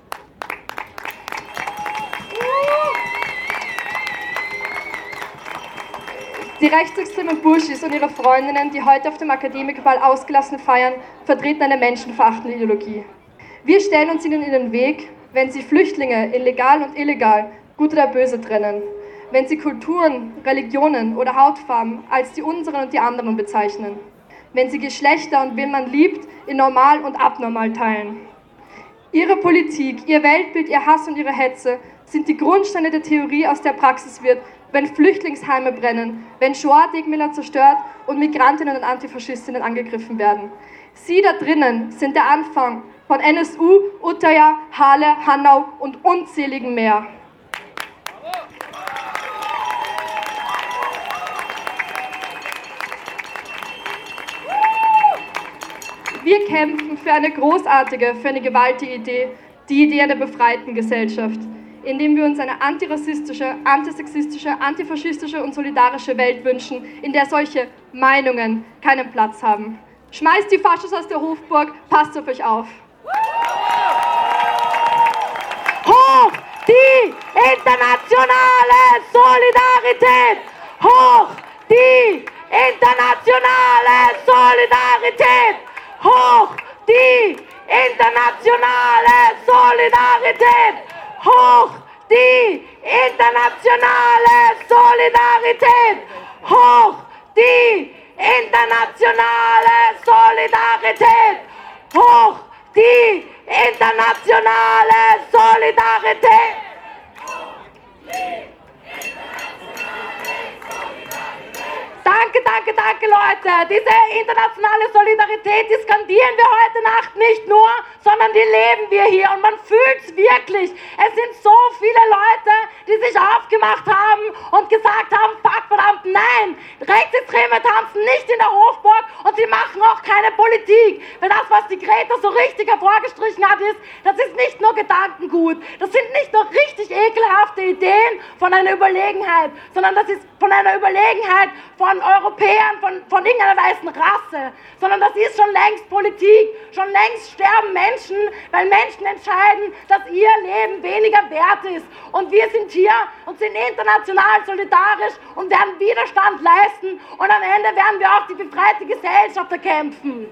[SPEAKER 9] Die rechtsextremen Burschis und ihre Freundinnen, die heute auf dem Akademikerball ausgelassen feiern, vertreten eine menschenverachtende Ideologie. Wir stellen uns ihnen in den Weg, wenn sie Flüchtlinge in legal und illegal, gut oder böse trennen, wenn sie Kulturen, Religionen oder Hautfarben als die unseren und die anderen bezeichnen. wenn sie Geschlechter und wen man liebt, in normal und abnormal teilen. Ihre Politik, ihr Weltbild, ihr Hass und ihre Hetze sind die Grundsteine der Theorie, aus der Praxis wird, wenn Flüchtlingsheime brennen, wenn Shoah-Denkmäler zerstört und Migrantinnen und Antifaschistinnen angegriffen werden. Sie da drinnen sind der Anfang von NSU, Utøya, Halle, Hanau und unzähligen mehr. Wir kämpfen für eine großartige, für eine gewaltige Idee, die Idee der befreiten Gesellschaft, indem wir uns eine antirassistische, antisexistische, antifaschistische und solidarische Welt wünschen, in der solche Meinungen keinen Platz haben. Schmeißt die Faschos aus der Hofburg, passt auf euch auf.
[SPEAKER 1] Hoch die internationale Solidarität! Hoch die internationale Solidarität! Hoch die internationale Solidarität! Hoch die internationale Solidarität! Hoch die internationale Solidarität! Hoch die internationale Solidarität! Danke, Leute. Diese internationale Solidarität, die skandieren wir heute Nacht nicht nur, sondern die leben wir hier und man fühlt es wirklich. Es sind so viele Leute, die sich aufgemacht haben und gesagt haben, fuck, verdammt, nein, Rechtsextreme tanzen nicht in der Hofburg und sie machen auch keine Politik. Weil das, was die Greta so richtig hervorgestrichen hat, ist, das ist nicht nur Gedankengut, das sind nicht nur richtig ekelhafte Ideen von einer Überlegenheit, sondern das ist von einer Überlegenheit von Europäern, von irgendeiner weißen Rasse, sondern das ist schon längst Politik, schon längst sterben Menschen, weil Menschen entscheiden, dass ihr Leben weniger wert ist. Und wir sind hier und sind international solidarisch und werden Widerstand leisten und am Ende werden wir auch die befreite Gesellschaft erkämpfen.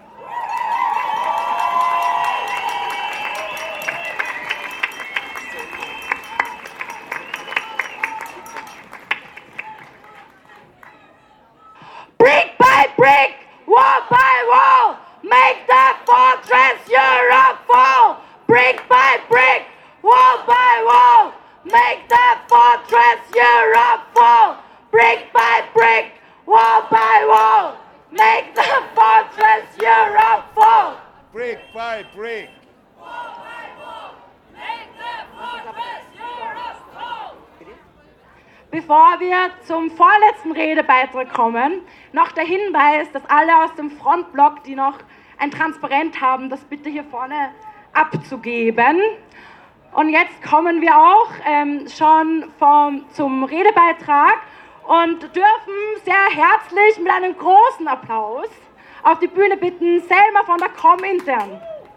[SPEAKER 1] Brick by brick, wall by wall, make the fortress Europe fall. Brick by brick, wall by wall, make the fortress Europe fall. Brick by brick, wall by wall, make the fortress Europe fall.
[SPEAKER 10] Brick by brick.
[SPEAKER 1] Wall by wall, make the fortress Europe fall. Bevor wir zum vorletzten Redebeitrag kommen, noch der Hinweis, dass alle aus dem Frontblock, die noch ein Transparent haben, das bitte hier vorne abzugeben. Und jetzt kommen wir auch schon zum Redebeitrag und dürfen sehr herzlich mit einem großen Applaus auf die Bühne bitten, Selma von der Komintern.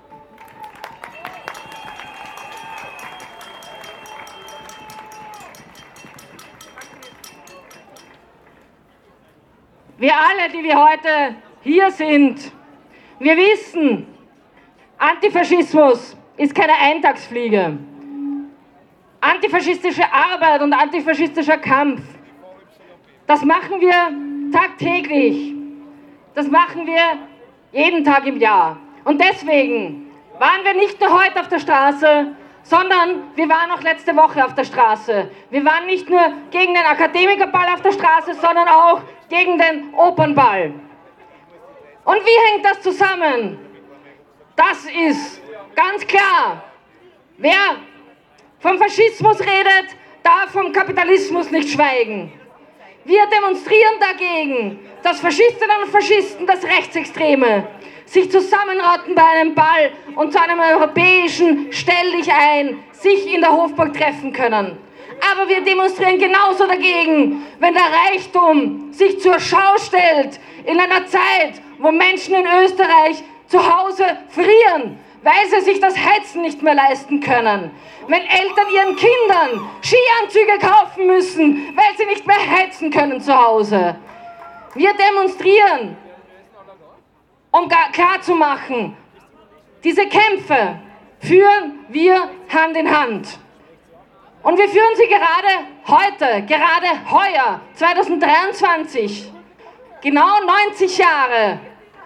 [SPEAKER 1] Wir alle, die wir heute hier sind, wir wissen, Antifaschismus ist keine Eintagsfliege. Antifaschistische Arbeit und antifaschistischer Kampf, das machen wir tagtäglich. Das machen wir jeden Tag im Jahr. Und deswegen waren wir nicht nur heute auf der Straße, sondern wir waren auch letzte Woche auf der Straße. Wir waren nicht nur gegen den Akademikerball auf der Straße, sondern auch gegen den Opernball. Und wie hängt das zusammen? Das ist ganz klar. Wer vom Faschismus redet, darf vom Kapitalismus nicht schweigen. Wir demonstrieren dagegen, dass Faschistinnen und Faschisten, das Rechtsextreme, sich zusammenrotten bei einem Ball und zu einem europäischen Stell dich ein, sich in der Hofburg treffen können. Aber wir demonstrieren genauso dagegen, wenn der Reichtum sich zur Schau stellt in einer Zeit, wo Menschen in Österreich zu Hause frieren, weil sie sich das Heizen nicht mehr leisten können. Wenn Eltern ihren Kindern Skianzüge kaufen müssen, weil sie nicht mehr heizen können zu Hause. Wir demonstrieren, um klarzumachen, diese Kämpfe führen wir Hand in Hand. Und wir führen sie gerade heute, gerade heuer, 2023, genau 90 Jahre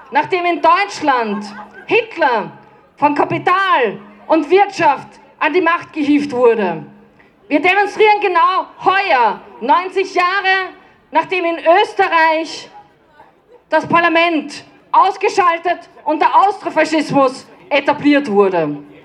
[SPEAKER 11] nachdem in Deutschland Hitler von Kapital und Wirtschaft an die Macht gehievt wurde. Wir demonstrieren genau heuer, 90 Jahre, nachdem in Österreich das Parlament ausgeschaltet und der Austrofaschismus etabliert wurde.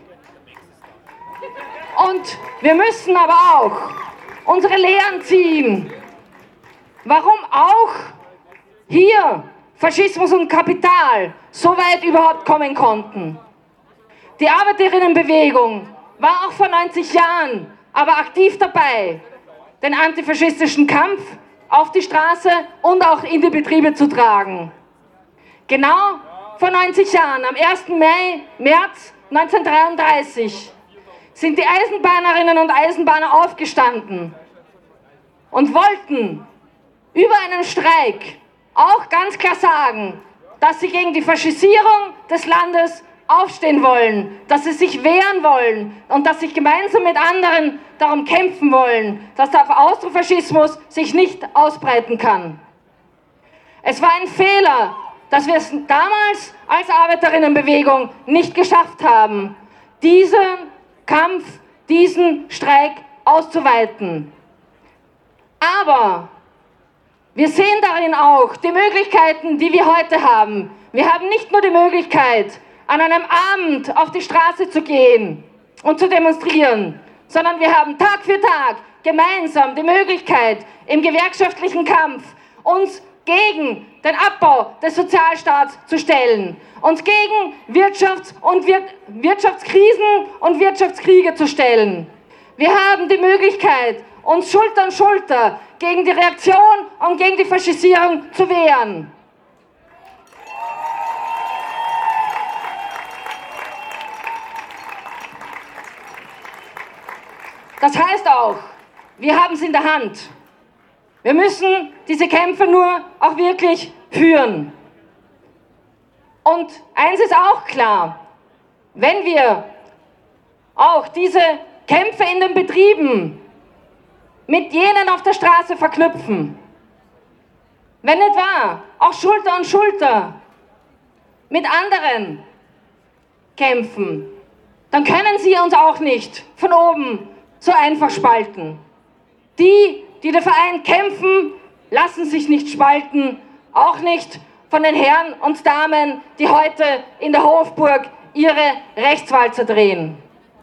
[SPEAKER 11] Und wir müssen aber auch unsere Lehren ziehen, warum auch hier Faschismus und Kapital so weit überhaupt kommen konnten. Die Arbeiterinnenbewegung war auch vor 90 Jahren aber aktiv dabei, den antifaschistischen Kampf auf die Straße und auch in die Betriebe zu tragen. Genau vor 90 Jahren, am 1. März 1933, sind die Eisenbahnerinnen und Eisenbahner aufgestanden und wollten über einen Streik auch ganz klar sagen, dass sie gegen die Faschisierung des Landes aufstehen wollen, dass sie sich wehren wollen und dass sie gemeinsam mit anderen darum kämpfen wollen, dass der Austrofaschismus sich nicht ausbreiten kann. Es war ein Fehler, dass wir es damals als Arbeiterinnenbewegung nicht geschafft haben, diesen Kampf, diesen Streik auszuweiten. Aber wir sehen darin auch die Möglichkeiten, die wir heute haben. Wir haben nicht nur die Möglichkeit, an einem Abend auf die Straße zu gehen und zu demonstrieren, sondern wir haben Tag für Tag gemeinsam die Möglichkeit, im gewerkschaftlichen Kampf uns gegen den Abbau des Sozialstaats zu stellen, uns gegen Wirtschaftskrisen und Wirtschaftskriege zu stellen. Wir haben die Möglichkeit, uns Schulter an Schulter gegen die Reaktion und gegen die Faschisierung zu wehren. Das heißt auch, wir haben es in der Hand. Wir müssen diese Kämpfe nur auch wirklich führen. Und eins ist auch klar, wenn wir auch diese Kämpfe in den Betrieben mit jenen auf der Straße verknüpfen, wenn nicht wahr, auch Schulter an Schulter mit anderen kämpfen, dann können sie uns auch nicht von oben so einfach spalten. Die den Verein kämpfen, lassen sich nicht spalten, auch nicht von den Herren und Damen, die heute in der Hofburg ihre Rechtswalzer drehen.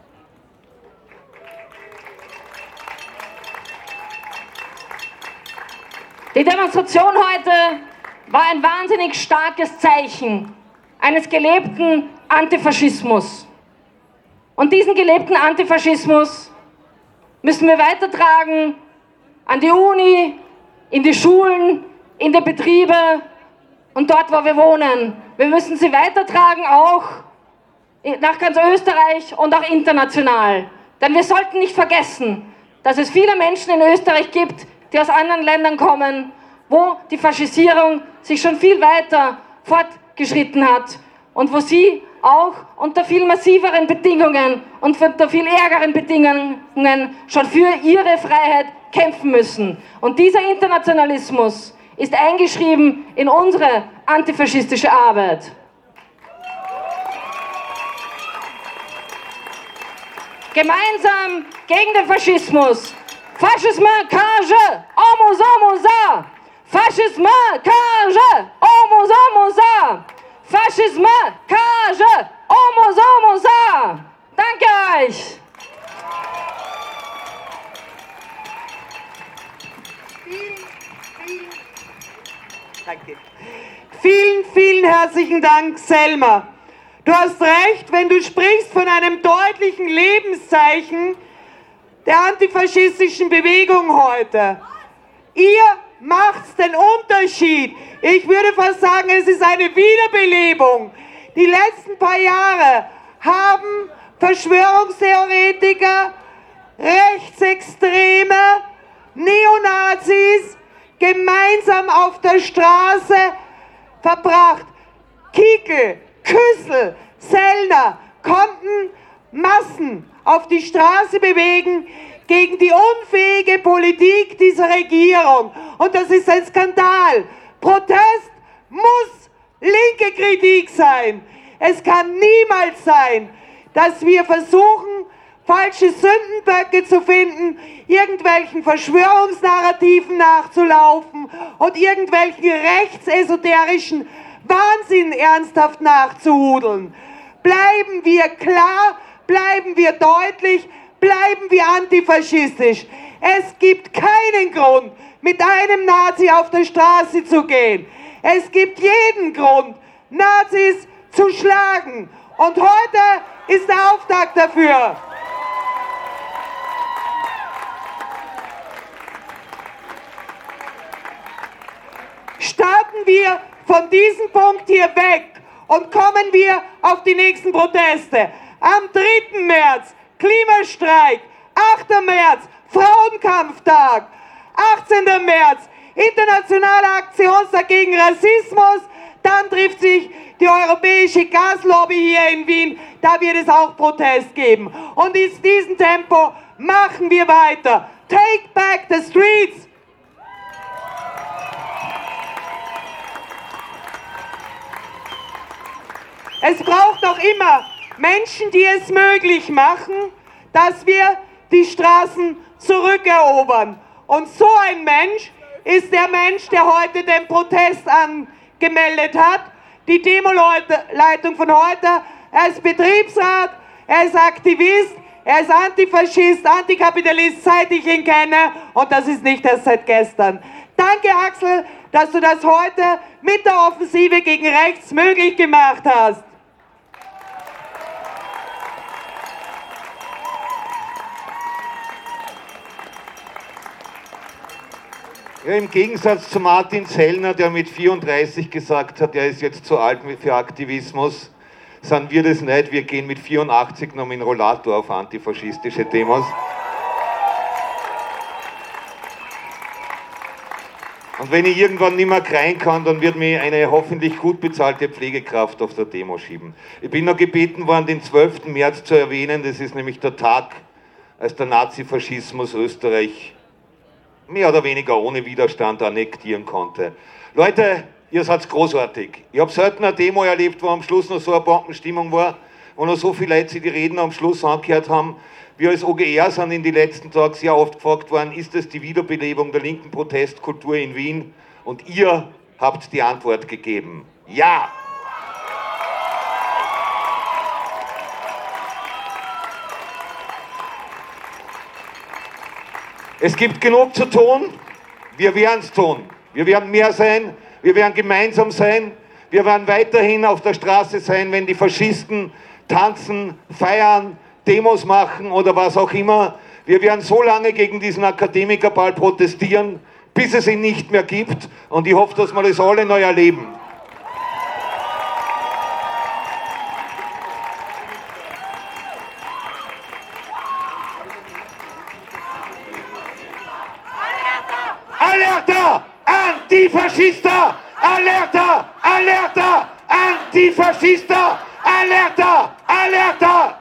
[SPEAKER 11] Die Demonstration heute war ein wahnsinnig starkes Zeichen eines gelebten Antifaschismus. Und diesen gelebten Antifaschismus müssen wir weitertragen an die Uni, in die Schulen, in die Betriebe und dort, wo wir wohnen. Wir müssen sie weitertragen, auch nach ganz Österreich und auch international. Denn wir sollten nicht vergessen, dass es viele Menschen in Österreich gibt, die aus anderen Ländern kommen, wo die Faschisierung sich schon viel weiter fortgeschritten hat und wo sie auch unter viel massiveren Bedingungen und unter viel ärgeren Bedingungen schon für ihre Freiheit kämpfen müssen. Und dieser Internationalismus ist eingeschrieben in unsere antifaschistische Arbeit. Gemeinsam gegen den Faschismus. Fascisme, cage, homo somosa. Fascisme, cage, homo somosa. Fascisme, cage, homo somosa. Danke euch.
[SPEAKER 6] Danke. Vielen, vielen herzlichen Dank, Selma. Du hast recht, wenn du sprichst von einem deutlichen Lebenszeichen der antifaschistischen Bewegung heute. Ihr macht den Unterschied. Ich würde fast sagen, es ist eine Wiederbelebung. Die letzten paar Jahre haben Verschwörungstheoretiker, Rechtsextreme, Neonazis gemeinsam auf der Straße verbracht. Kickl, Küssel, Sellner konnten Massen auf die Straße bewegen gegen die unfähige Politik dieser Regierung. Und das ist ein Skandal. Protest muss linke Kritik sein. Es kann niemals sein, dass wir versuchen, falsche Sündenböcke zu finden, irgendwelchen Verschwörungsnarrativen nachzulaufen und irgendwelchen rechtsesoterischen Wahnsinn ernsthaft nachzuhudeln. Bleiben wir klar, bleiben wir deutlich, bleiben wir antifaschistisch. Es gibt keinen Grund, mit einem Nazi auf der Straße zu gehen. Es gibt jeden Grund, Nazis zu schlagen. Und heute ist der Auftakt dafür. Starten wir von diesem Punkt hier weg und kommen wir auf die nächsten Proteste. Am 3. März Klimastreik, 8. März Frauenkampftag, 18. März Internationaler Aktionstag gegen Rassismus, dann trifft sich die europäische Gaslobby hier in Wien, da wird es auch Protest geben. Und in diesem Tempo machen wir weiter. Take back the streets! Es braucht auch immer Menschen, die es möglich machen, dass wir die Straßen zurückerobern. Und so ein Mensch ist der Mensch, der heute den Protest angemeldet hat. Die Demoleitung von heute. Er ist Betriebsrat, er ist Aktivist, er ist Antifaschist, Antikapitalist, seit ich ihn kenne. Und das ist nicht erst seit gestern. Danke, Axel, dass du das heute mit der Offensive gegen rechts möglich gemacht hast.
[SPEAKER 8] Ja, im Gegensatz zu Martin Sellner, der mit 34 gesagt hat, er ist jetzt zu alt für Aktivismus, sind wir das nicht. Wir gehen mit 84 noch mit dem Rollator auf antifaschistische Demos. Und wenn ich irgendwann nicht mehr kreien kann, dann wird mich eine hoffentlich gut bezahlte Pflegekraft auf der Demo schieben. Ich bin noch gebeten worden, den 12. März zu erwähnen. Das ist nämlich der Tag, als der Nazifaschismus Österreich mehr oder weniger ohne Widerstand annektieren konnte. Leute, ihr seid großartig. Ich habe selten eine Demo erlebt, wo am Schluss noch so eine Bombenstimmung war, wo noch so viele Leute sich die Reden am Schluss angehört haben. Wir als OGR sind in den letzten Tagen sehr oft gefragt worden, ist es die Wiederbelebung der linken Protestkultur in Wien? Und ihr habt die Antwort gegeben. Ja! Es gibt genug zu tun, wir werden es tun. Wir werden mehr sein, wir werden gemeinsam sein, wir werden weiterhin auf der Straße sein, wenn die Faschisten tanzen, feiern, Demos machen oder was auch immer. Wir werden so lange gegen diesen Akademikerball protestieren, bis es ihn nicht mehr gibt. Und ich hoffe, dass wir das alle neu erleben. Alerta! Antifascista! Alerta! Alerta! Antifascista! Alerta! Alerta!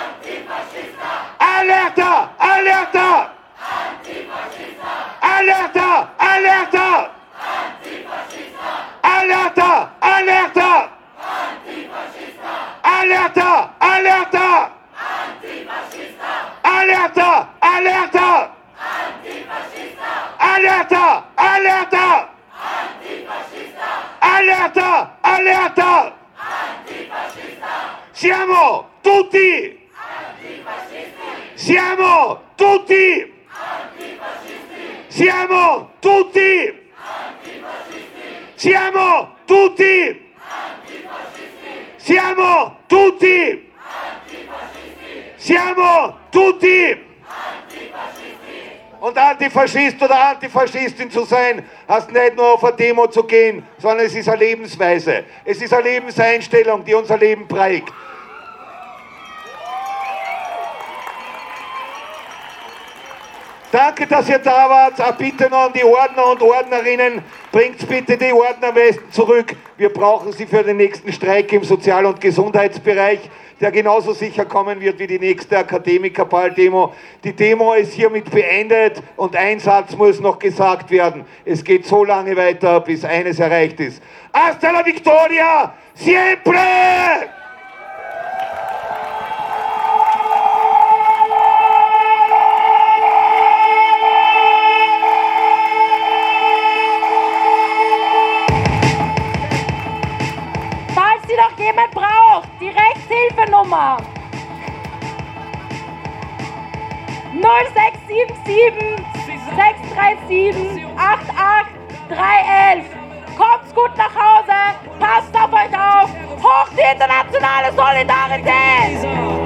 [SPEAKER 8] Alerta! Alerta! Alerta! Alerta! Alerta! Alerta! Alerta! Alerta! Alerta! Alerta! Alerta! Alerta! Alerta! Alerta! Siamo tutti! Siamo tutti! Siamo tutti! Siamo tutti! Siamo tutti! Siamo tutti! Und Antifaschist oder Antifaschistin zu sein, heißt nicht nur auf eine Demo zu gehen, sondern es ist eine Lebensweise. Es ist eine Lebenseinstellung, die unser Leben prägt.
[SPEAKER 12] Danke, dass ihr da wart. Auch bitte noch an die Ordner und Ordnerinnen. Bringt bitte die Ordnerwesten zurück. Wir brauchen sie für den nächsten Streik im Sozial- und Gesundheitsbereich, der genauso sicher kommen wird wie die nächste Akademikerball-Demo. Die Demo ist hiermit beendet und ein Satz muss noch gesagt werden. Es geht so lange weiter, bis eines erreicht ist. Hasta la victoria! Siempre!
[SPEAKER 1] Falls sie noch jemand braucht, die Rechtshilfenummer 0677 637 88311. Kommt gut nach Hause, passt auf euch auf, hoch die internationale Solidarität!